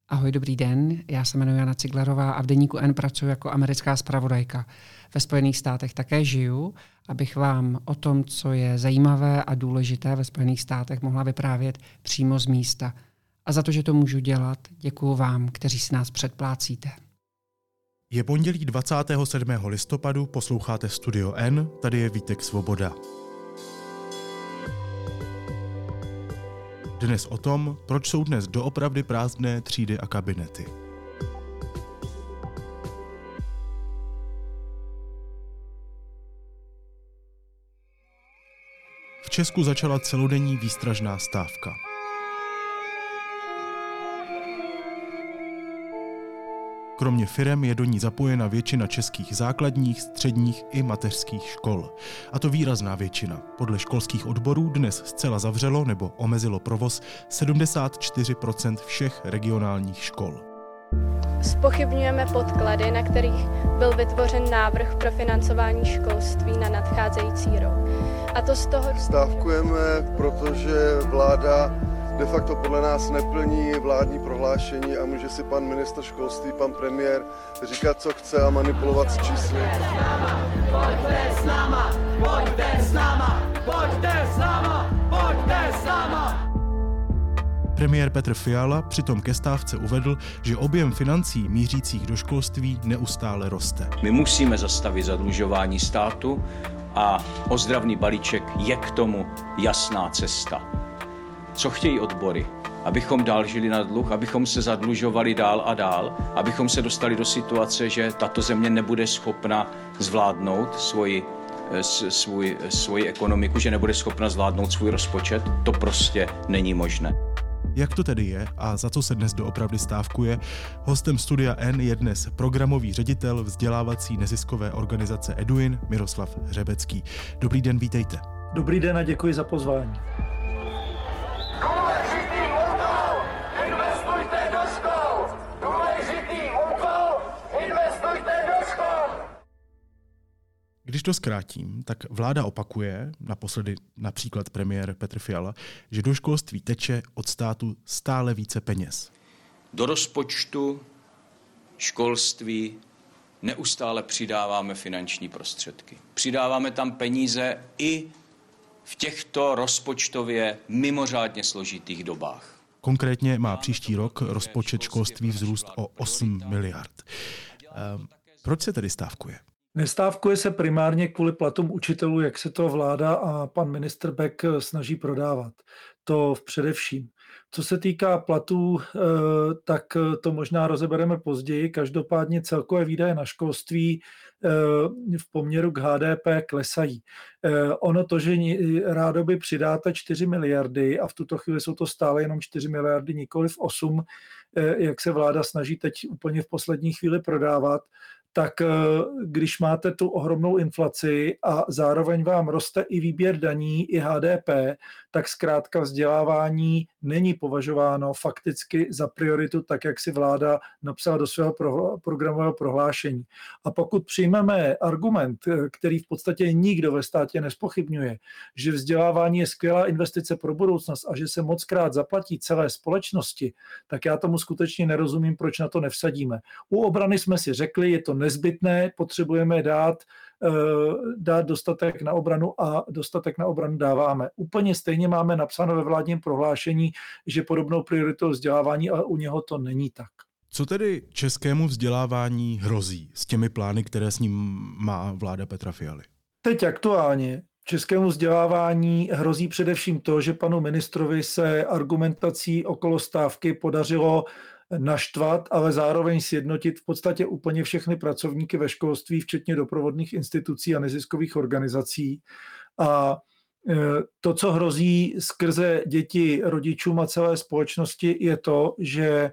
Ahoj, dobrý den. Já se jmenuji Jana Ciglerová a v Deníku N pracuji jako americká zpravodajka. Ve Spojených státech také žiju, abych vám o tom, co je zajímavé a důležité ve Spojených státech, mohla vyprávět přímo z místa. A za to, že to můžu dělat, děkuju vám, kteří si nás předplácíte. Je pondělí 27. listopadu, posloucháte Studio N, tady je Vítek Svoboda. Dnes o tom, proč jsou dnes doopravdy prázdné třídy a kabinety. V Česku začala celodenní výstražná stávka. Kromě firem je do ní zapojena většina českých základních, středních i mateřských škol. A to výrazná většina. Podle školských odborů dnes zcela zavřelo nebo omezilo provoz 74% všech regionálních škol. Zpochybňujeme podklady, na kterých byl vytvořen návrh pro financování školství na nadcházející rok. A to z toho... Stávkujeme, protože vláda de facto podle nás neplní vládní prohlášení a může si pan ministr školství, pan premiér říkat, co chce a manipulovat s čísly. Pojďte s náma, pojďte s náma, pojďte s náma, pojďte s náma. Premiér Petr Fiala přitom ke stávce uvedl, že objem financí mířících do školství neustále roste. My musíme zastavit zadlužování státu a ozdravný balíček je k tomu jasná cesta. Co chtějí odbory? Abychom dál žili na dluh, abychom se zadlužovali dál a dál, abychom se dostali do situace, že tato země nebude schopna zvládnout svoji ekonomiku, že nebude schopna zvládnout svůj rozpočet. To prostě není možné. Jak to tedy je a za co se dnes doopravdy stávkuje? Hostem Studia N je dnes programový ředitel vzdělávací neziskové organizace Eduin Miroslav Hřebecký. Dobrý den, vítejte. Dobrý den a děkuji za pozvání. Když to zkrátím, tak vláda opakuje, naposledy například premiér Petr Fiala, že do školství teče od státu stále více peněz. Do rozpočtu školství neustále přidáváme finanční prostředky. Přidáváme tam peníze i v těchto rozpočtově mimořádně složitých dobách. Konkrétně má příští rok rozpočet školství vzrůst o 8 miliard. Proč se tedy stávkuje? Nestávkuje se primárně kvůli platům učitelů, jak se to vláda a pan ministr Bek snaží prodávat. To především. Co se týká platů, tak to možná rozebereme později. Každopádně celkové výdaje na školství v poměru k HDP klesají. Ono to, že rádoby přidáte 4 miliardy a v tuto chvíli jsou to stále jenom 4 miliardy, nikoliv 8, jak se vláda snaží teď úplně v poslední chvíli prodávat, tak když máte tu ohromnou inflaci a zároveň vám roste i výběr daní, i HDP, tak zkrátka vzdělávání není považováno fakticky za prioritu, tak jak si vláda napsala do svého programového prohlášení. A pokud přijmeme argument, který v podstatě nikdo ve státě nespochybňuje, že vzdělávání je skvělá investice pro budoucnost a že se mockrát zaplatí celé společnosti, tak já tomu skutečně nerozumím, proč na to nevsadíme. U obrany jsme si řekli, je to nezbytné, potřebujeme dát dostatek na obranu a dostatek na obranu dáváme. Úplně stejně máme napsáno ve vládním prohlášení, že podobnou prioritou vzdělávání, ale u něho to není tak. Co tedy českému vzdělávání hrozí s těmi plány, které s ním má vláda Petra Fialy? Teď aktuálně českému vzdělávání hrozí především to, že panu ministrovi se argumentací okolo stávky podařilo naštvat, ale zároveň sjednotit v podstatě úplně všechny pracovníky ve školství, včetně doprovodných institucí a neziskových organizací. A to, co hrozí skrze děti rodičům a celé společnosti, je to, že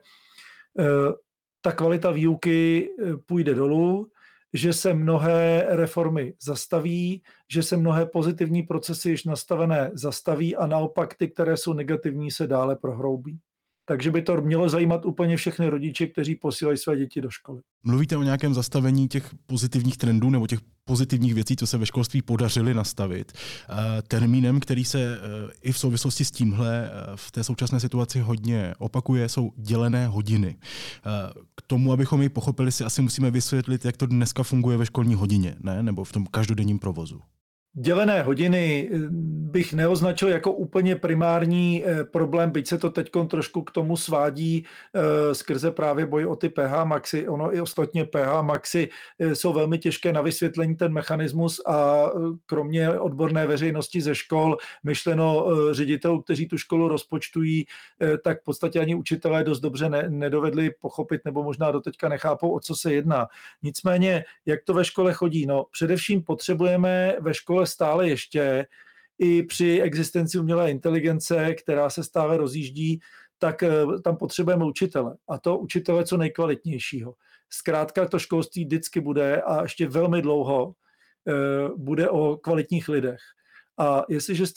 ta kvalita výuky půjde dolů, že se mnohé reformy zastaví, že se mnohé pozitivní procesy již nastavené zastaví a naopak ty, které jsou negativní, se dále prohloubí. Takže by to mělo zajímat úplně všechny rodiče, kteří posílají své děti do školy. Mluvíte o nějakém zastavení těch pozitivních trendů nebo těch pozitivních věcí, co se ve školství podařily nastavit. Termínem, který se i v souvislosti s tímhle v té současné situaci hodně opakuje, jsou dělené hodiny. K tomu, abychom ji pochopili, si asi musíme vysvětlit, jak to dneska funguje ve školní hodině, ne? Nebo v tom každodenním provozu. Dělené hodiny bych neoznačil jako úplně primární problém, byť se to teď trošku k tomu svádí skrze právě boj o ty PH maxy. Ono i ostatně PH maxy jsou velmi těžké na vysvětlení, ten mechanismus, a kromě odborné veřejnosti ze škol, myšleno ředitelů, kteří tu školu rozpočtují, tak v podstatě ani učitelé dost dobře nedovedli pochopit, nebo možná doteďka nechápou, o co se jedná. Nicméně, jak to ve škole chodí? No, především potřebujeme ve škole stále ještě i při existenci umělé inteligence, která se stále rozjíždí, tak tam potřebujeme učitele. A to učitele co nejkvalitnějšího. Zkrátka to školství vždycky bude a ještě velmi dlouho bude o kvalitních lidech. A jestliže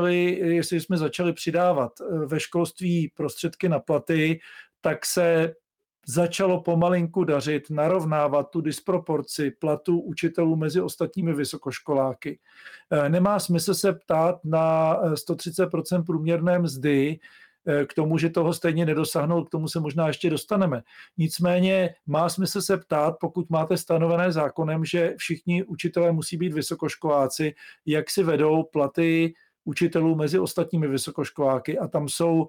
jsme začali přidávat ve školství prostředky na platy, tak se začalo pomalinku dařit narovnávat tu disproporci platů učitelů mezi ostatními vysokoškoláky. Nemá smysl se ptát na 130% průměrné mzdy, k tomu, že toho stejně nedosáhnou, k tomu se možná ještě dostaneme. Nicméně má smysl se ptát, pokud máte stanovené zákonem, že všichni učitelé musí být vysokoškoláci, jak si vedou platy učitelů mezi ostatními vysokoškoláky, a tam jsou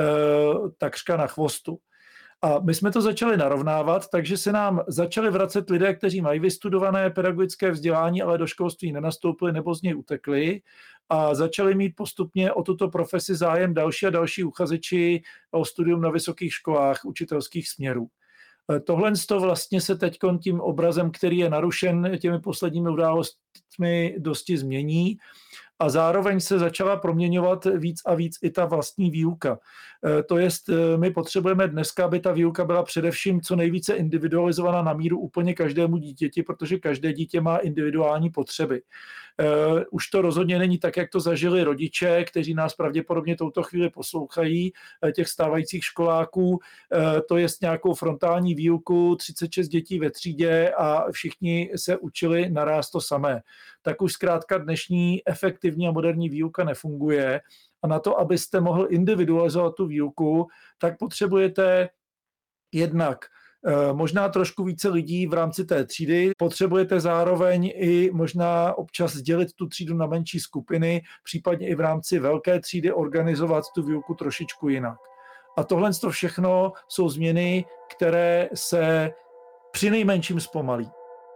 takřka na chvostu. A my jsme to začali narovnávat, takže se nám začali vracet lidé, kteří mají vystudované pedagogické vzdělání, ale do školství nenastoupili nebo z něj utekli, a začali mít postupně o tuto profesi zájem další a další uchazeči o studium na vysokých školách učitelských směrů. Tohle vlastně se teď tím obrazem, který je narušen těmi posledními událostmi, dosti změní. A zároveň se začala proměňovat víc a víc i ta vlastní výuka. To jest, my potřebujeme dneska, aby ta výuka byla především co nejvíce individualizovaná na míru úplně každému dítěti, protože každé dítě má individuální potřeby. Už to rozhodně není tak, jak to zažili rodiče, kteří nás pravděpodobně touto chvíli poslouchají, těch stávajících školáků. To jest nějakou frontální výuku, 36 dětí ve třídě a všichni se učili naráz to samé. Tak už zkrátka dnešní efektivní a moderní výuka nefunguje, a na to, abyste mohl individualizovat tu výuku, tak potřebujete jednak možná trošku více lidí v rámci té třídy, potřebujete zároveň i možná občas dělit tu třídu na menší skupiny, případně i v rámci velké třídy organizovat tu výuku trošičku jinak. A tohle všechno jsou změny, které se přinejmenším zpomalí.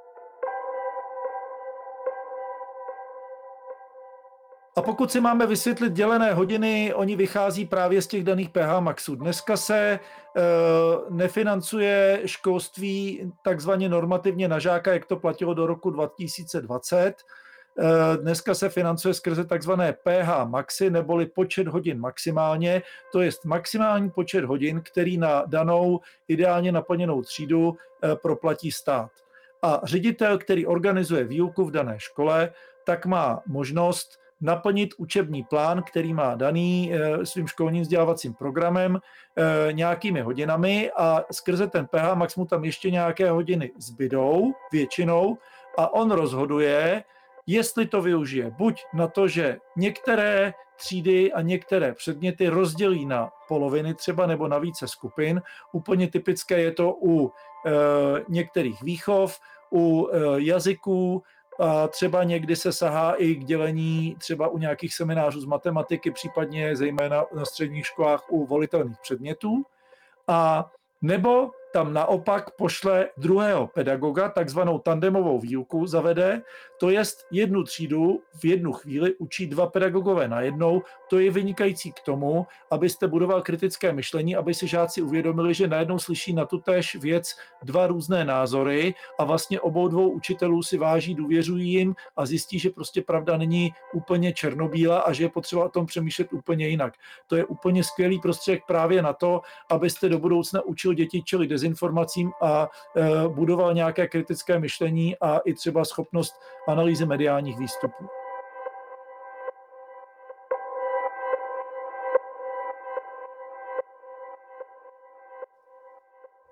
A pokud si máme vysvětlit dělené hodiny, oni vychází právě z těch daných PH maxů. Dneska se nefinancuje školství takzvaně normativně na žáka, jak to platilo do roku 2020. Dneska se financuje skrze takzvané PH maxi, neboli počet hodin maximálně, to je maximální počet hodin, který na danou ideálně naplněnou třídu proplatí stát. A ředitel, který organizuje výuku v dané škole, tak má možnost naplnit učební plán, který má daný svým školním vzdělávacím programem nějakými hodinami, a skrze ten PH max mu tam ještě nějaké hodiny zbydou většinou, a on rozhoduje, jestli to využije buď na to, že některé třídy a některé předměty rozdělí na poloviny třeba nebo na více skupin. Úplně typické je to u některých výchov, u jazyků, a třeba někdy se sahá i k dělení třeba u nějakých seminářů z matematiky, případně zejména na středních školách u volitelných předmětů. A nebo tam naopak pošle druhého pedagoga, takzvanou tandemovou výuku zavede, to jest jednu třídu v jednu chvíli učí dva pedagogové najednou. To je vynikající k tomu, abyste budoval kritické myšlení, aby si žáci uvědomili, že najednou slyší na tutéž věc dva různé názory a vlastně obou dvou učitelů si váží, důvěřují jim a zjistí, že prostě pravda není úplně černobílá a že je potřeba o tom přemýšlet úplně jinak. To je úplně skvělý prostředek právě na to, abyste do budoucna učil děti čelit dezinformacím a budoval nějaké kritické myšlení a i třeba schopnost analýzy mediálních výstupů.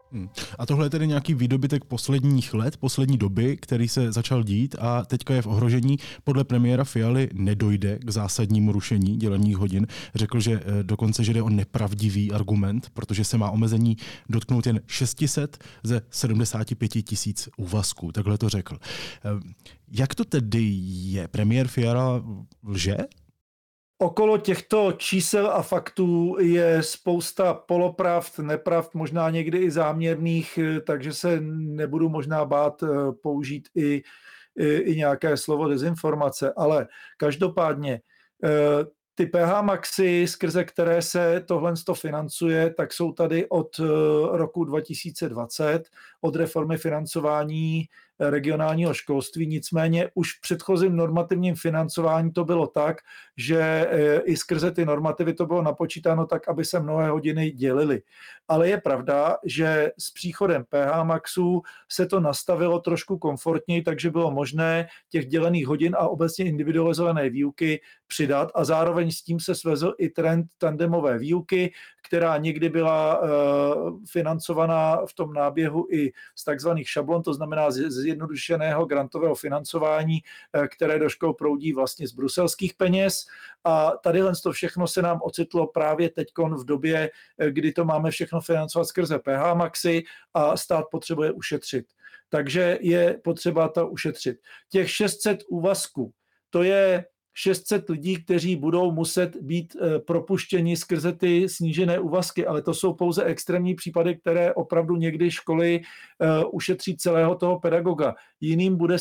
A tohle je tedy nějaký výdobytek posledních let, poslední doby, který se začal dít a teďka je v ohrožení. Podle premiéra Fialy nedojde k zásadnímu rušení dělených hodin. Řekl, že dokonce, že jde o nepravdivý argument, protože se má omezení dotknout jen 600 ze 75 000 úvazků. Takhle to řekl. Jak to tedy je? Premiér Fiala lže? Okolo těchto čísel a faktů je spousta polopravd, nepravd, možná někdy i záměrných, takže se nebudu možná bát použít i nějaké slovo dezinformace, ale každopádně ty PH Maxy, skrze které se tohle financuje, tak jsou tady od roku 2020, od reformy financování regionálního školství. Nicméně už v předchozím normativním financování to bylo tak, že i skrze ty normativy to bylo napočítáno tak, aby se mnohé hodiny dělily. Ale je pravda, že s příchodem PH Maxů se to nastavilo trošku komfortněji, takže bylo možné těch dělených hodin a obecně individualizované výuky přidat a zároveň s tím se svezl i trend tandemové výuky, která někdy byla financovaná v tom náběhu i z takzvaných šablon, to znamená z zjednodušeného grantového financování, které do škol proudí vlastně z bruselských peněz. A tadyhle to všechno se nám ocitlo právě teďkon v době, kdy to máme všechno financovat skrze PH Maxy a stát potřebuje ušetřit. Takže je potřeba to ušetřit. Těch 600 úvazků, to je 600 lidí, kteří budou muset být propuštěni skrze ty snížené úvazky, ale to jsou pouze extrémní případy, které opravdu někdy školy ušetří celého toho pedagoga. Jiným bude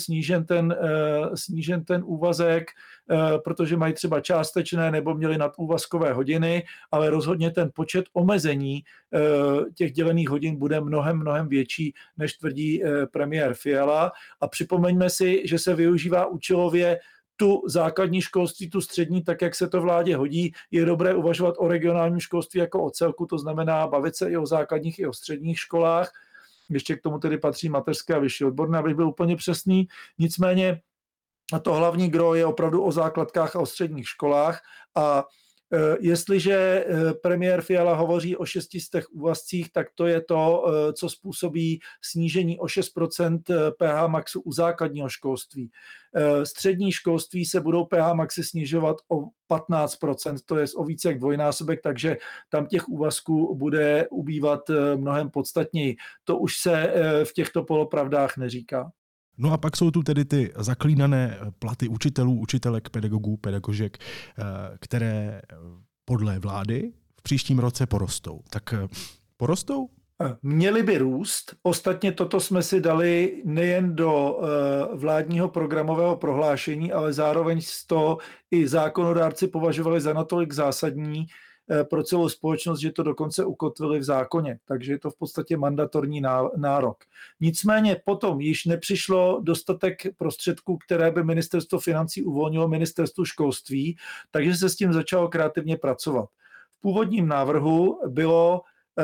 snížen ten úvazek, protože mají třeba částečné nebo měli nadúvazkové hodiny, ale rozhodně ten počet omezení těch dělených hodin bude mnohem větší, než tvrdí premiér Fiala. A připomeňme si, že se využívá účelově tu základní školství, tu střední, tak jak se to vládě hodí, je dobré uvažovat o regionálním školství jako o celku, to znamená bavit se i o základních, i o středních školách. Ještě k tomu tedy patří mateřské a vyšší odborné, abych byl úplně přesný. Nicméně to hlavní gro je opravdu o základkách a o středních školách a jestliže premiér Fiala hovoří o 600 úvazcích, tak to je to, co způsobí snížení o 6% PH Maxu u základního školství. Střední školství se budou PH Maxy snižovat o 15%, to je o více jak dvojnásobek, takže tam těch úvazků bude ubývat mnohem podstatněji. To už se v těchto polopravdách neříká. No a pak jsou tu tedy ty zaklínané platy učitelů, učitelek, pedagogů, pedagožek, které podle vlády v příštím roce porostou. Tak porostou? Měly by růst. Ostatně toto jsme si dali nejen do vládního programového prohlášení, ale zároveň to i zákonodárci považovali za natolik zásadní pro celou společnost, že to dokonce ukotvili v zákoně. Takže je to v podstatě mandatorní nárok. Nicméně potom již nepřišlo dostatek prostředků, které by ministerstvo financí uvolnilo ministerstvu školství, takže se s tím začalo kreativně pracovat. V původním návrhu bylo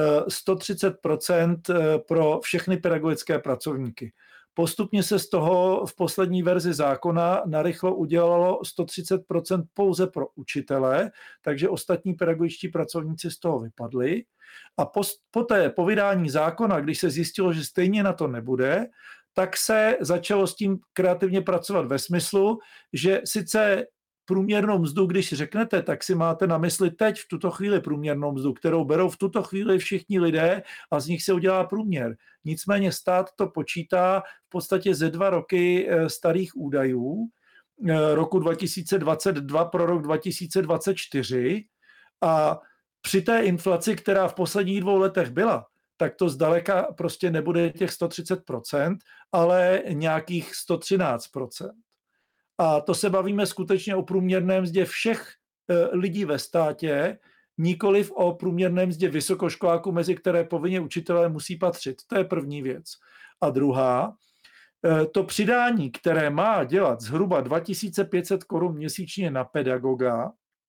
130% pro všechny pedagogické pracovníky. Postupně se z toho v poslední verzi zákona narychlo udělalo 130% pouze pro učitele, takže ostatní pedagogičtí pracovníci z toho vypadli. A poté po vydání zákona, když se zjistilo, že stejně na to nebude, tak se začalo s tím kreativně pracovat ve smyslu, že sice průměrnou mzdu, když řeknete, tak si máte na mysli teď v tuto chvíli průměrnou mzdu, kterou berou v tuto chvíli všichni lidé a z nich se udělá průměr. Nicméně stát to počítá v podstatě ze 2 roky starých údajů, roku 2022 pro rok 2024 a při té inflaci, která v posledních 2 letech byla, tak to zdaleka prostě nebude těch 130%, ale nějakých 113%. A to se bavíme skutečně o průměrné mzdě všech lidí ve státě, nikoliv o průměrné mzdě vysokoškoláků, mezi které povinně učitelé musí patřit. To je první věc. A druhá, to přidání, které má dělat zhruba 2500 korun měsíčně na pedagoga,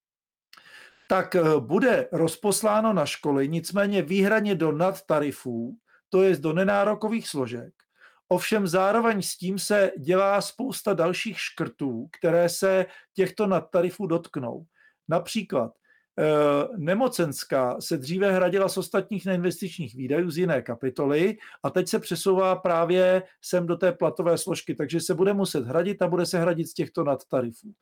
tak bude rozposláno na školy, nicméně výhradně do nadtarifů, to je do nenárokových složek. Ovšem zároveň s tím se dělá spousta dalších škrtů, které se těchto nadtarifů dotknou. Například Nemocenská se dříve hradila z ostatních neinvestičních výdajů z jiné kapitoly a teď se přesouvá právě sem do té platové složky, takže se bude muset hradit a bude se hradit z těchto nadtarifů.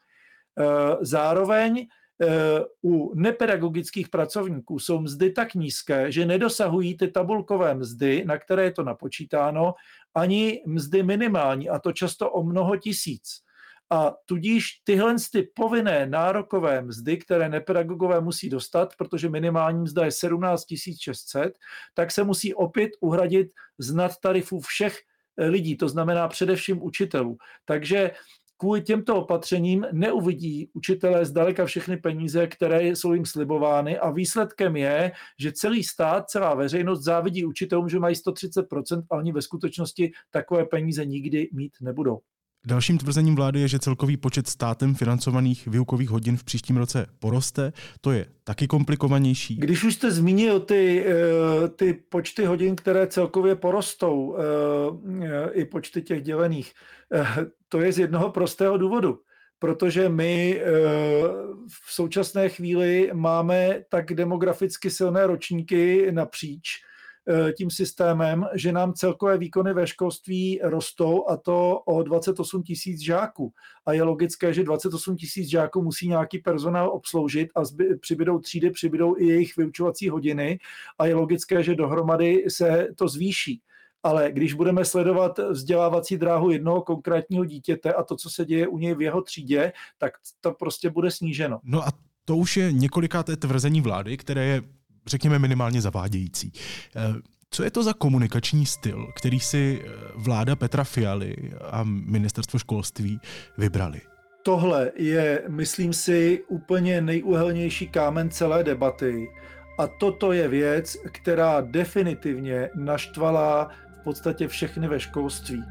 Zároveň u nepedagogických pracovníků jsou mzdy tak nízké, že nedosahují ty tabulkové mzdy, na které je to napočítáno, ani mzdy minimální, a to často o mnoho tisíc. A tudíž tyhle ty povinné nárokové mzdy, které nepedagogové musí dostat, protože minimální mzda je 17 600, tak se musí opět uhradit z nadtarifů všech lidí, to znamená především učitelů. Takže kvůli těmto opatřením neuvidí učitelé zdaleka všechny peníze, které jsou jim slibovány, a výsledkem je, že celý stát, celá veřejnost závidí učitelům, že mají 130%, a oni ve skutečnosti takové peníze nikdy mít nebudou. Dalším tvrzením vlády je, že celkový počet státem financovaných výukových hodin v příštím roce poroste. To je taky komplikovanější. Když už jste zmínil ty počty hodin, které celkově porostou, i počty těch dělených, to je z jednoho prostého důvodu. Protože my v současné chvíli máme tak demograficky silné ročníky napříč tím systémem, že nám celkové výkony ve školství rostou, a to o 28 000 žáků. A je logické, že 28 000 žáků musí nějaký personál obsloužit a přibydou třídy, přibydou i jejich vyučovací hodiny, a je logické, že dohromady se to zvýší. Ale když budeme sledovat vzdělávací dráhu jednoho konkrétního dítěte a to, co se děje u něj v jeho třídě, tak to prostě bude sníženo. No a to už je několikáté tvrzení vlády, které je, řekněme, minimálně zavádějící. Co je to za komunikační styl, který si vláda Petra Fialy a ministerstvo školství vybrali? Tohle je, myslím si, úplně nejúhelnější kámen celé debaty. A toto je věc, která definitivně naštvala v podstatě všechny ve školství.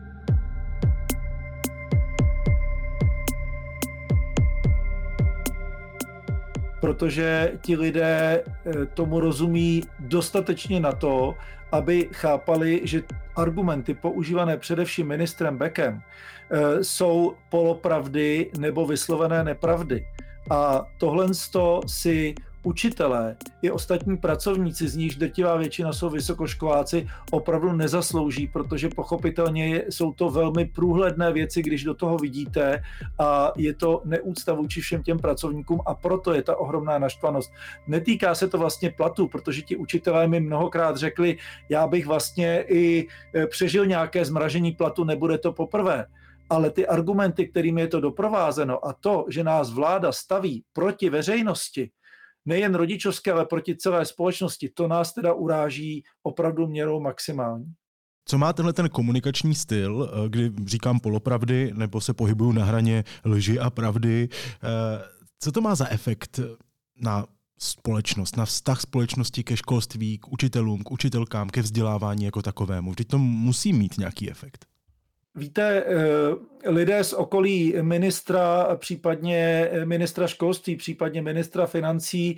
Protože ti lidé tomu rozumí dostatečně na to, aby chápali, že argumenty používané především ministrem Beckem jsou polopravdy nebo vyslovené nepravdy. A tohle si učitelé i ostatní pracovníci, z nichž drtivá většina jsou vysokoškoláci, opravdu nezaslouží, protože pochopitelně jsou to velmi průhledné věci, když do toho vidíte, a je to neúcta vůči všem těm pracovníkům, a proto je ta ohromná naštvanost. Netýká se to vlastně platů, protože ti učitelé mi mnohokrát řekli, já bych vlastně i přežil nějaké zmražení platu, nebude to poprvé. Ale ty argumenty, kterými je to doprovázeno, a to, že nás vláda staví proti veřejnosti, nejen rodičovské, ale proti celé společnosti, to nás teda uráží opravdu měrou maximální. Co má tenhle ten komunikační styl, kdy říkám polopravdy nebo se pohybuju na hraně lži a pravdy, co to má za efekt na společnost, na vztah společnosti ke školství, k učitelům, k učitelkám, ke vzdělávání jako takovému? Vždyť to musí mít nějaký efekt. Víte, lidé z okolí ministra, případně ministra školství, případně ministra financí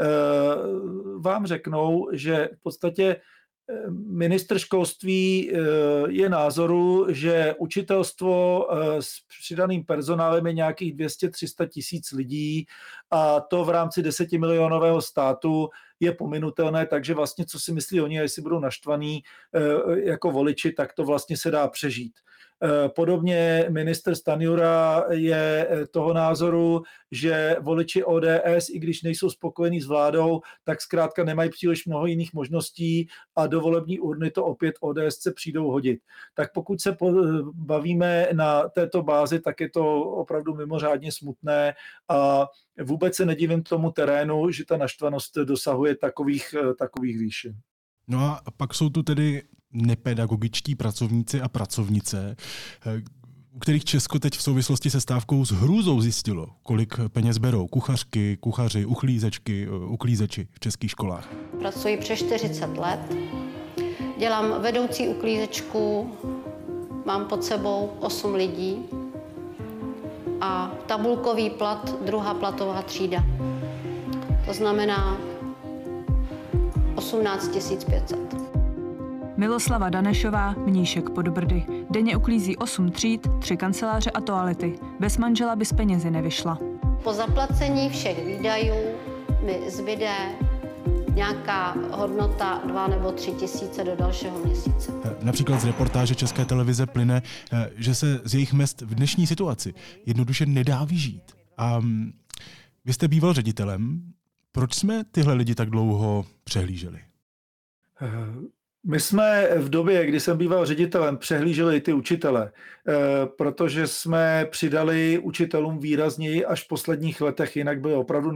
vám řeknou, že v podstatě ministr školství je názoru, že učitelstvo s přidaným personálem je nějakých 200-300 tisíc lidí, a to v rámci 10milionového státu je pominutelné, takže vlastně co si myslí oni, jestli budou naštvaní jako voliči, tak to vlastně se dá přežít. Podobně ministr Stanjura je toho názoru, že voliči ODS, i když nejsou spokojení s vládou, tak zkrátka nemají příliš mnoho jiných možností a do volební urny to opět ODSce přijdou hodit. Tak pokud se bavíme na této bázi, tak je to opravdu mimořádně smutné a vůbec se nedivím tomu terénu, že ta naštvanost dosahuje takových výšin. No a pak jsou tu tedy nepedagogičtí pracovníci a pracovnice, u kterých Česko teď v souvislosti se stávkou s hrůzou zjistilo, kolik peněz berou kuchařky, kuchaři, uklízeči v českých školách. Pracuji přes 40 let, dělám vedoucí uklízečku, mám pod sebou 8 lidí a tabulkový plat, druhá platová třída. To znamená 18 500. Miloslava Danešová, Mníšek pod Brdy. Denně uklízí 8 tříd, 3 kanceláře a toalety. Bez manžela by s penězi nevyšla. Po zaplacení všech výdajů mi zbyde nějaká hodnota 2 nebo 3 tisíce do dalšího měsíce. Například z reportáže České televize plyne, že se z jejich mezd v dnešní situaci jednoduše nedá vyžít. A vy jste býval ředitelem. Proč jsme tyhle lidi tak dlouho přehlíželi? My jsme v době, kdy jsem býval ředitelem, přehlíželi ty učitele, protože jsme přidali učitelům výrazněji až v posledních letech, jinak byli opravdu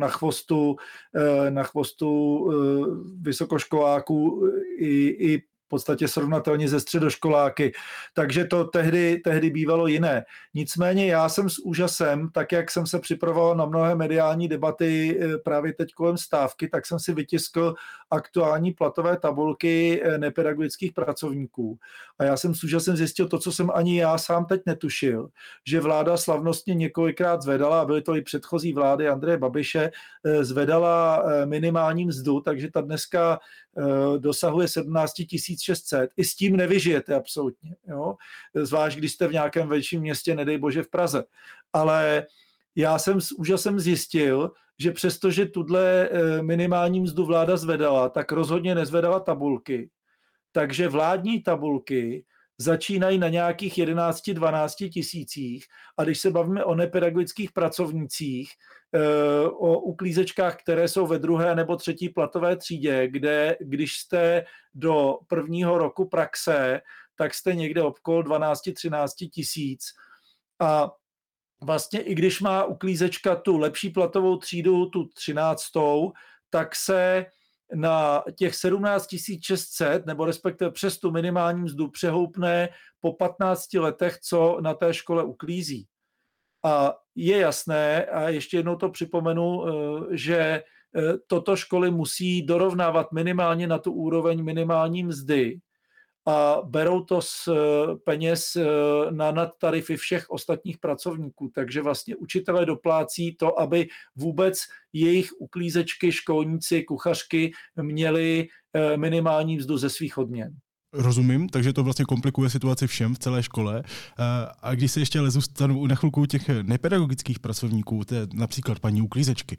na chvostu vysokoškoláků i v podstatě srovnatelně ze středoškoláky, takže to tehdy bývalo jiné. Nicméně já jsem s úžasem, tak jak jsem se připravoval na mnohé mediální debaty právě teď kolem stávky, tak jsem si vytiskl aktuální platové tabulky nepedagogických pracovníků. A já jsem s úžasem zjistil to, co jsem ani já sám teď netušil, že vláda slavnostně několikrát zvedala, a byly to i předchozí vlády Andreje Babiše, zvedala minimální mzdu, takže ta dneska dosahuje 17 600. I s tím nevyžijete absolutně. Jo? Zvlášť, když jste v nějakém větším městě, nedej bože v Praze. Ale já jsem s úžasem zjistil, že přestože tuhle minimální mzdu vláda zvedala, tak rozhodně nezvedala tabulky. Takže vládní tabulky začínají na nějakých 11-12 tisících a když se bavíme o nepedagogických pracovnících, o uklízečkách, které jsou ve 2. nebo 3. platové třídě, kde když jste do 1. roku praxe, tak jste někde okolo 12-13 tisíc. A vlastně i když má uklízečka tu lepší platovou třídu, tu 13., tak se na těch 17 600, nebo respektive přes tu minimální mzdu přehoupne po 15 letech, co na té škole uklízí. A je jasné, a ještě jednou to připomenu, že toto školy musí dorovnávat minimálně na tu úroveň minimální mzdy a berou to z peněz na nadtarify všech ostatních pracovníků. Takže vlastně učitelé doplácí to, aby vůbec jejich uklízečky, školníci, kuchařky měli minimální mzdu ze svých odměn. Rozumím, takže to vlastně komplikuje situaci všem v celé škole. A když se ještě ale zůstanu na chvilku těch nepedagogických pracovníků, to je například paní uklízečky,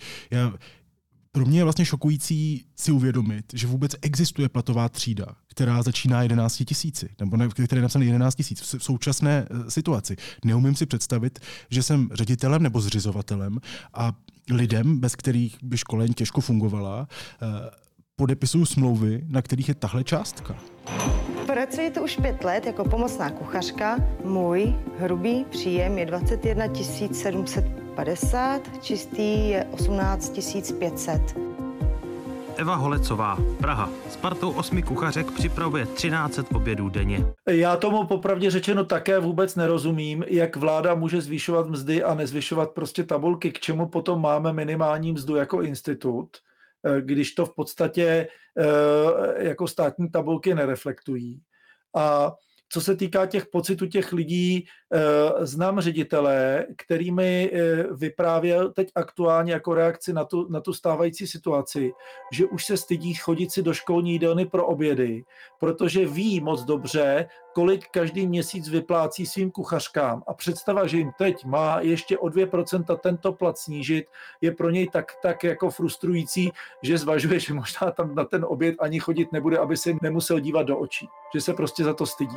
pro mě je vlastně šokující si uvědomit, že vůbec existuje platová třída, která začíná 11 tisíci, nebo které je napsané 11 tisíc v současné situaci. Neumím si představit, že jsem ředitelem nebo zřizovatelem a lidem, bez kterých by škola jen těžko fungovala, podepisuju smlouvy, na kterých je tahle částka. Pracuji tu už 5 let jako pomocná kuchařka. Můj hrubý příjem je 21 750, čistý je 18 500. Eva Holecová, Praha. S partou 8 kuchařek připravuje 1300 obědů denně. Já tomu popravdě řečeno také vůbec nerozumím, jak vláda může zvyšovat mzdy a nezvyšovat prostě tabulky, k čemu potom máme minimální mzdu jako institut, když to v podstatě jako státní tabulky nereflektují. A co se týká těch pocitů těch lidí, znám ředitele, který mi vyprávěl teď aktuálně jako reakci na tu stávající situaci, že už se stydí chodit si do školní jídelny pro obědy, protože ví moc dobře, kolik každý měsíc vyplácí svým kuchařkám. A představa, že jim teď má ještě o 2% tento plat snížit, je pro něj tak jako frustrující, že zvažuje, že možná tam na ten oběd ani chodit nebude, aby se jim nemusel dívat do očí. Že se prostě za to stydí.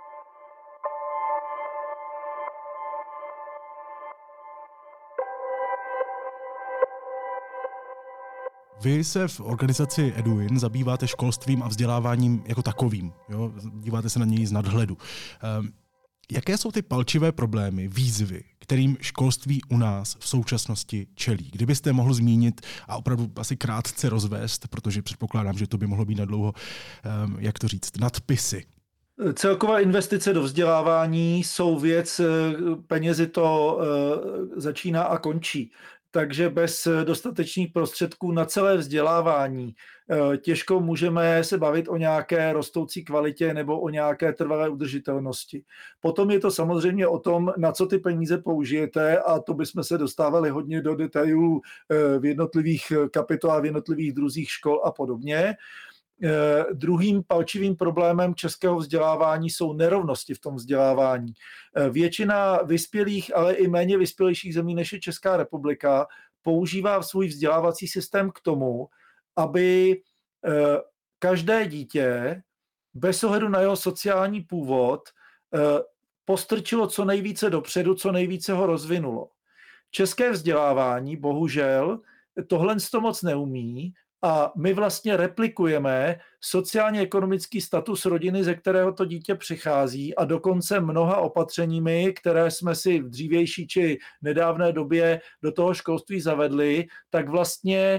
Vy se v organizaci Eduin zabýváte školstvím a vzděláváním jako takovým. Jo? Díváte se na něj z nadhledu. Jaké jsou ty palčivé problémy, výzvy, kterým školství u nás v současnosti čelí? Kdybyste mohl zmínit a opravdu asi krátce rozvést, protože předpokládám, že to by mohlo být na dlouho, jak to říct, nadpisy. Celková investice do vzdělávání jsou věc, penězi to začíná a končí. Takže bez dostatečných prostředků na celé vzdělávání těžko můžeme se bavit o nějaké rostoucí kvalitě nebo o nějaké trvalé udržitelnosti. Potom je to samozřejmě o tom, na co ty peníze použijete, a to bychom se dostávali hodně do detailů v jednotlivých kapitolách, v jednotlivých druzích škol a podobně. Druhým palčivým problémem českého vzdělávání jsou nerovnosti v tom vzdělávání. Většina vyspělých, ale i méně vyspělejších zemí, než je Česká republika, používá svůj vzdělávací systém k tomu, aby každé dítě bez ohledu na jeho sociální původ postrčilo co nejvíce dopředu, co nejvíce ho rozvinulo. České vzdělávání bohužel tohle to moc neumí a my vlastně replikujeme sociálně-ekonomický status rodiny, ze kterého to dítě přichází a dokonce mnoha opatřeními, které jsme si v dřívější či nedávné době do toho školství zavedli, tak vlastně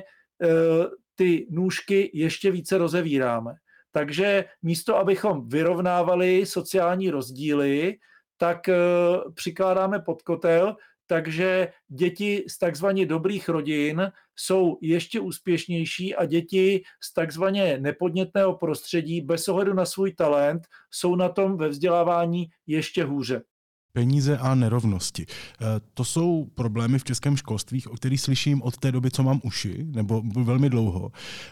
ty nůžky ještě více rozevíráme. Takže místo, abychom vyrovnávali sociální rozdíly, tak přikládáme pod kotel, takže děti z takzvaně dobrých rodin jsou ještě úspěšnější a děti z takzvaně nepodnětného prostředí bez ohledu na svůj talent jsou na tom ve vzdělávání ještě hůře. Peníze a nerovnosti. To jsou problémy v českém školství, o kterých slyším od té doby, co mám uši, nebo velmi dlouho.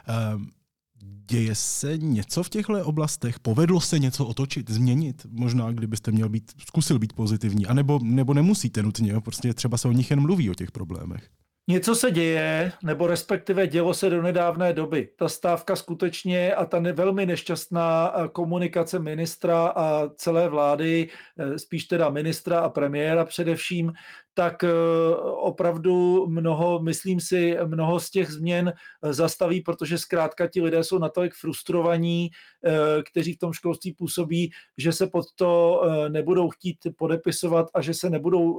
Děje se něco v těchto oblastech? Povedlo se něco otočit, změnit? Možná, kdybyste zkusil být pozitivní, nebo nemusíte nutně, prostě třeba se o nich jen mluví, o těch problémech. Něco se děje, nebo respektive dělo se do nedávné doby. Ta stávka skutečně a ta velmi nešťastná komunikace ministra a celé vlády, spíš teda ministra a premiéra především, tak opravdu myslím si, mnoho z těch změn zastaví, protože zkrátka ti lidé jsou natolik frustrovaní, kteří v tom školství působí, že se pod to nebudou chtít podepisovat a že se nebudou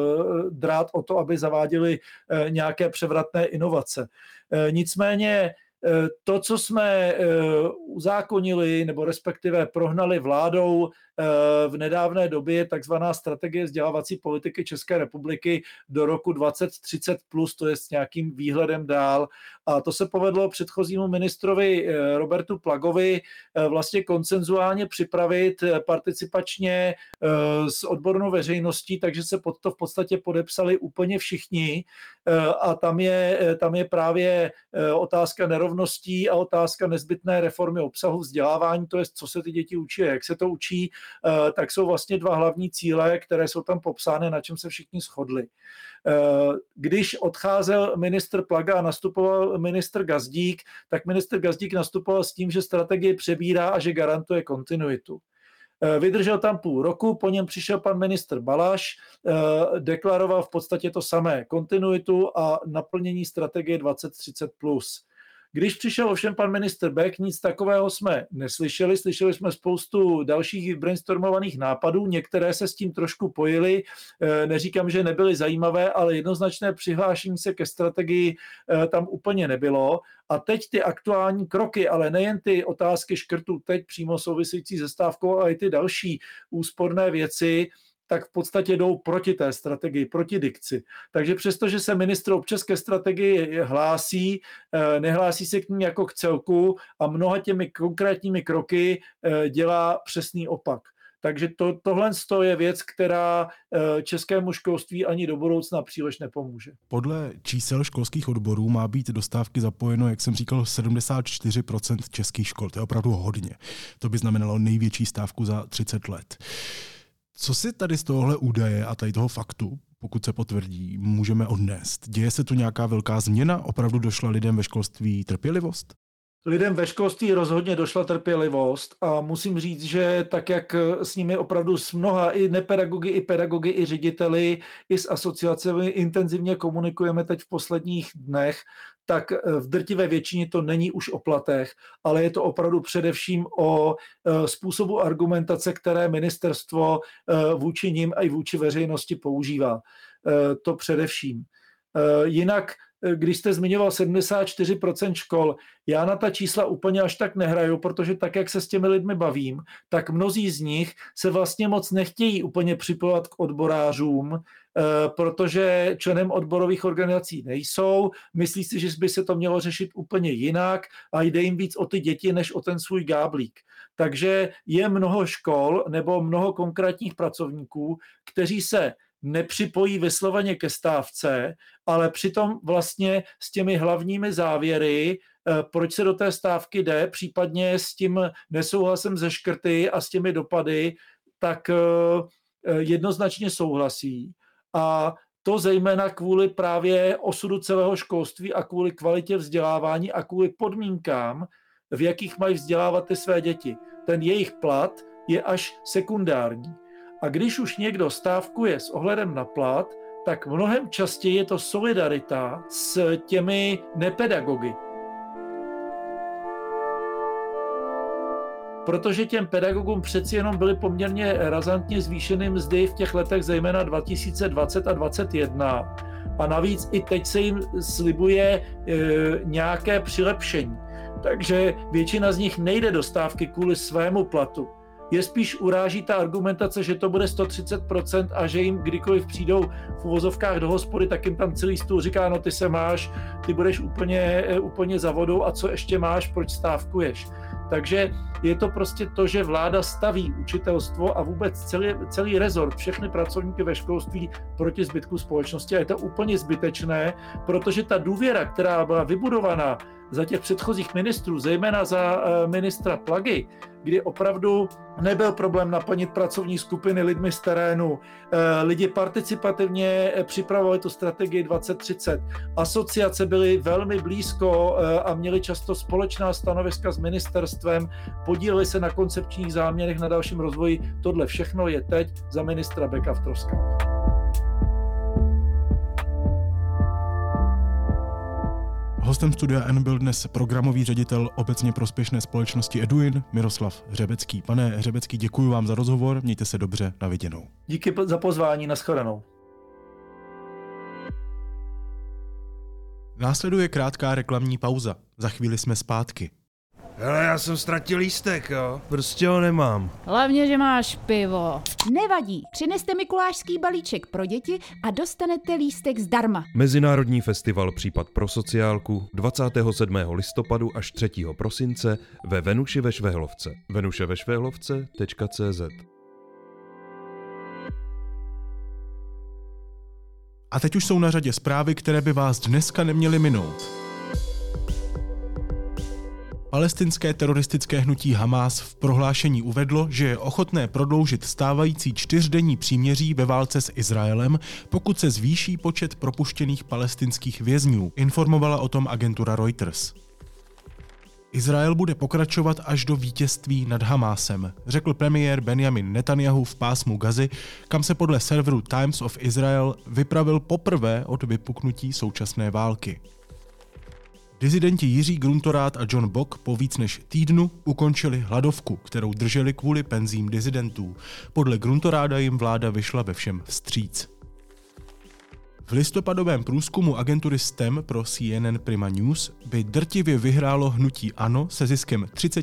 drát o to, aby zaváděli nějaké převratné inovace. Nicméně to, co jsme uzákonili nebo respektive prohnali vládou v nedávné době, takzvaná strategie vzdělávací politiky České republiky do roku 2030+, to je s nějakým výhledem dál. A to se povedlo předchozímu ministrovi Robertu Plagovi vlastně konsenzuálně připravit participačně s odbornou veřejností, takže se pod to v podstatě podepsali úplně všichni. A tam je právě otázka nerovností a otázka nezbytné reformy obsahu vzdělávání, to je, co se ty děti učí a jak se to učí, tak jsou vlastně dva hlavní cíle, které jsou tam popsány, na čem se všichni shodli. Když odcházel ministr Plaga a nastupoval ministr Gazdík, tak ministr Gazdík nastupoval s tím, že strategii přebírá a že garantuje kontinuitu. Vydržel tam půl roku, po něm přišel pan ministr Balaš, deklaroval v podstatě to samé, kontinuitu a naplnění strategie 2030+. Když přišel ovšem pan ministr Bek, nic takového jsme neslyšeli, slyšeli jsme spoustu dalších brainstormovaných nápadů, některé se s tím trošku pojily, neříkám, že nebyly zajímavé, ale jednoznačné přihlášení se ke strategii tam úplně nebylo. A teď ty aktuální kroky, ale nejen ty otázky škrtů teď přímo související se stávkou, ale i ty další úsporné věci, tak v podstatě jdou proti té strategii, proti dikci. Takže přestože se ministr občas ke strategii hlásí, nehlásí se k ní jako k celku a mnoha těmi konkrétními kroky dělá přesný opak. Takže tohle je věc, která českému školství ani do budoucna příliš nepomůže. Podle čísel školských odborů má být do stávky zapojeno, jak jsem říkal, 74% českých škol. To je opravdu hodně. To by znamenalo největší stávku za 30 let. Co si tady z tohohle údaje a tady toho faktu, pokud se potvrdí, můžeme odnést? Děje se tu nějaká velká změna? Opravdu došla lidem ve školství trpělivost? Lidem ve školství rozhodně došla trpělivost a musím říct, že tak, jak s nimi opravdu s mnoha i nepedagogy, i pedagogy, i řediteli, i s asociacemi intenzivně komunikujeme teď v posledních dnech, tak v drtivé většině to není už o platech, ale je to opravdu především o způsobu argumentace, které ministerstvo vůči nim a i vůči veřejnosti používá. To především. Jinak, když jste zmiňoval 74% škol, já na ta čísla úplně až tak nehraju, protože tak, jak se s těmi lidmi bavím, tak mnozí z nich se vlastně moc nechtějí úplně připojovat k odborářům, protože členem odborových organizací nejsou, myslí si, že by se to mělo řešit úplně jinak a jde jim víc o ty děti, než o ten svůj gáblík. Takže je mnoho škol nebo mnoho konkrétních pracovníků, kteří se nepřipojí vysloveně ke stávce, ale přitom vlastně s těmi hlavními závěry, proč se do té stávky jde, případně s tím nesouhlasem ze škrty a s těmi dopady, tak jednoznačně souhlasí. A To zejména kvůli právě osudu celého školství a kvůli kvalitě vzdělávání a kvůli podmínkám, v jakých mají vzdělávat ty své děti. Ten jejich plat je až sekundární. A když už někdo stávkuje s ohledem na plat, tak mnohem častěji je to solidarita s těmi nepedagogy. Protože těm pedagogům přeci jenom byly poměrně razantně zvýšeny mzdy v těch letech zejména 2020 a 2021. A navíc i teď se jim slibuje nějaké přilepšení. Takže většina z nich nejde do stávky kvůli svému platu. Je spíš uráží ta argumentace, že to bude 130% a že jim kdykoliv přijdou v uvozovkách do hospody, tak jim tam celý stůl říká, no ty se máš, ty budeš úplně za vodou a co ještě máš, proč stávkuješ. Takže je to prostě to, že vláda staví učitelstvo a vůbec celý rezort, všechny pracovníky ve školství proti zbytku společnosti a je to úplně zbytečné, protože ta důvěra, která byla vybudovaná za těch předchozích ministrů, zejména za ministra Plagy, kdy opravdu nebyl problém naplnit pracovní skupiny lidmi z terénu, lidi participativně připravovali tu strategii 2030, asociace byly velmi blízko a měly často společná stanoviska s ministerstvem, podíleli se na koncepčních záměrech na dalším rozvoji. Tohle všechno je teď za ministra Beka v troskách. Hostem Studia N byl dnes programový ředitel obecně prospěšné společnosti Eduin Miroslav Hřebecký. Pane Hřebecký, děkuji vám za rozhovor, mějte se dobře, na viděnou. Díky za pozvání, nashledanou. Následuje krátká reklamní pauza. Za chvíli jsme zpátky. Hele, já jsem ztratil lístek, jo. Prostě ho nemám. Hlavně, že máš pivo. Nevadí, přineste mikulášský balíček pro děti a dostanete lístek zdarma. Mezinárodní festival Případ pro sociálku 27. listopadu až 3. prosince ve Venuši ve Švehlovce. venuševešvehlovce.cz. A teď už jsou na řadě zprávy, které by vás dneska neměly minout. Palestinské teroristické hnutí Hamás v prohlášení uvedlo, že je ochotné prodloužit stávající 4denní příměří ve válce s Izraelem, pokud se zvýší počet propuštěných palestinských vězňů, informovala o tom agentura Reuters. Izrael bude pokračovat až do vítězství nad Hamásem, řekl premiér Benjamin Netanjahu v pásmu Gazy, kam se podle serveru Times of Israel vypravil poprvé od vypuknutí současné války. Disidenti Jiří Gruntorát a John Bock po víc než týdnu ukončili hladovku, kterou drželi kvůli penzím disidentů. Podle Gruntoráda jim vláda vyšla ve všem vstříc. V listopadovém průzkumu agentury STEM pro CNN Prima News by drtivě vyhrálo hnutí ANO se ziskem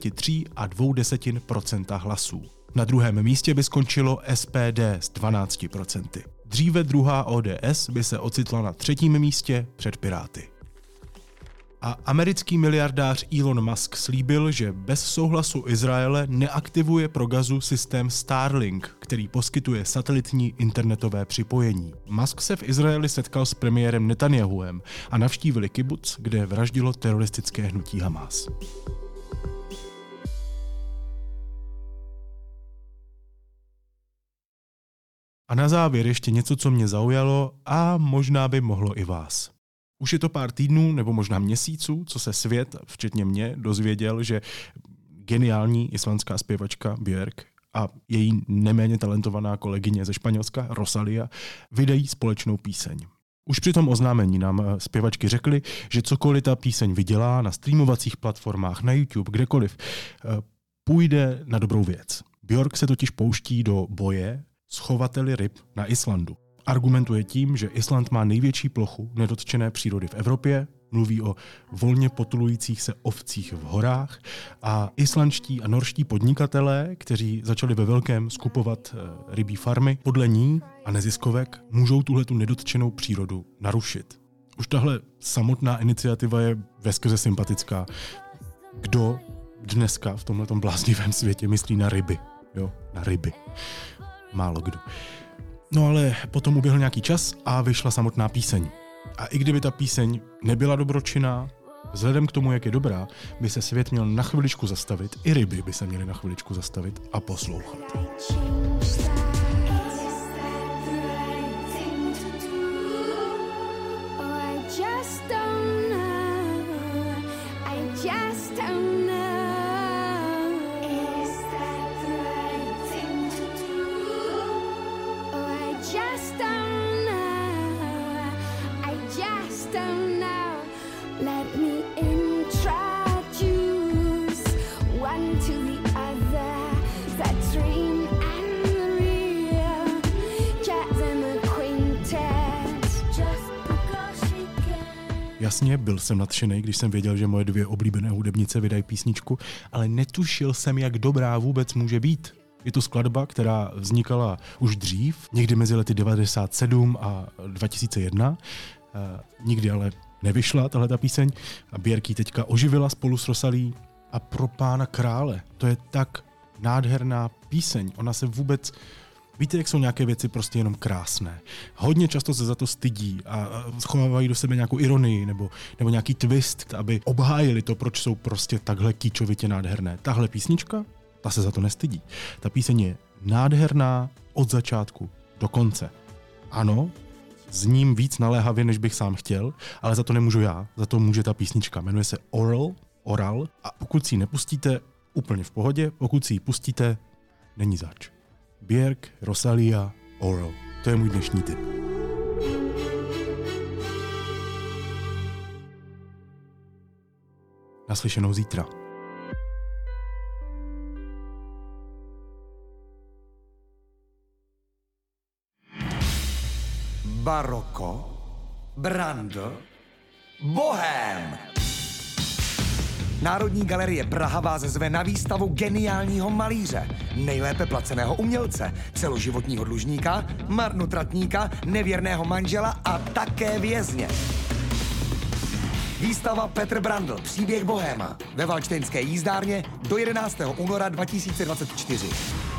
33,2% hlasů. Na druhém místě by skončilo SPD s 12%. Dříve druhá ODS by se ocitla na třetím místě před Piráty. A americký miliardář Elon Musk slíbil, že bez souhlasu Izraele neaktivuje pro Gazu systém Starlink, který poskytuje satelitní internetové připojení. Musk se v Izraeli setkal s premiérem Netanjahuem a navštívili kibuc, kde vraždilo teroristické hnutí Hamás. A na závěr ještě něco, co mě zaujalo a možná by mohlo i vás. Už je to pár týdnů nebo možná měsíců, co se svět, včetně mě, dozvěděl, že geniální islandská zpěvačka Björk a její neméně talentovaná kolegyně ze Španělska Rosalia vydají společnou píseň. Už při tom oznámení nám zpěvačky řekly, že cokoliv ta píseň vydělá na streamovacích platformách, na YouTube, kdekoliv, půjde na dobrou věc. Björk se totiž pouští do boje s chovateli ryb na Islandu. Argumentuje tím, že Island má největší plochu nedotčené přírody v Evropě, mluví o volně potulujících se ovcích v horách a islandští a norští podnikatelé, kteří začali ve velkém skupovat rybí farmy, podle ní a neziskovek můžou tuhletu nedotčenou přírodu narušit. Už tahle samotná iniciativa je veskrze sympatická. Kdo dneska v tomhletom bláznivém světě myslí na ryby? Jo, na ryby. Málo kdo. No ale potom uběhl nějaký čas a vyšla samotná píseň. A i kdyby ta píseň nebyla dobročinná, vzhledem k tomu, jak je dobrá, by se svět měl na chviličku zastavit, i ryby by se měly na chviličku zastavit a poslouchat. Jasně, byl jsem nadšený, když jsem věděl, že moje 2 oblíbené hudebnice vydají písničku, ale netušil jsem, jak dobrá vůbec může být. Je to skladba, která vznikala už dřív, někdy mezi lety 1997 a 2001. Nikdy ale nevyšla tahleta píseň a Björk ji teďka oživila spolu s Rosalí a pro pána krále. To je tak nádherná píseň. Ona se vůbec... Víte, jak jsou nějaké věci prostě jenom krásné. Hodně často se za to stydí a schovávají do sebe nějakou ironii nebo nějaký twist, aby obhájili to, proč jsou prostě takhle kýčovitě nádherné. Tahle písnička, ta se za to nestydí. Ta píseň je nádherná od začátku do konce. Ano, zním víc naléhavě, než bych sám chtěl, ale za to nemůžu já, za to může ta písnička. Jmenuje se Oral a pokud si ji nepustíte, úplně v pohodě, pokud si ji pustíte, není zač. Björk, Rosalia, Oral. To je můj dnešní tip. Naslyšenou zítra. Baroko, Brandl, Bohém. Národní galerie Praha vás zve na výstavu geniálního malíře, nejlépe placeného umělce, celoživotního dlužníka, marnotratníka, nevěrného manžela a také vězně. Výstava Petr Brandl, příběh Bohéma ve Valdštejnské jízdárně do 11. února 2024.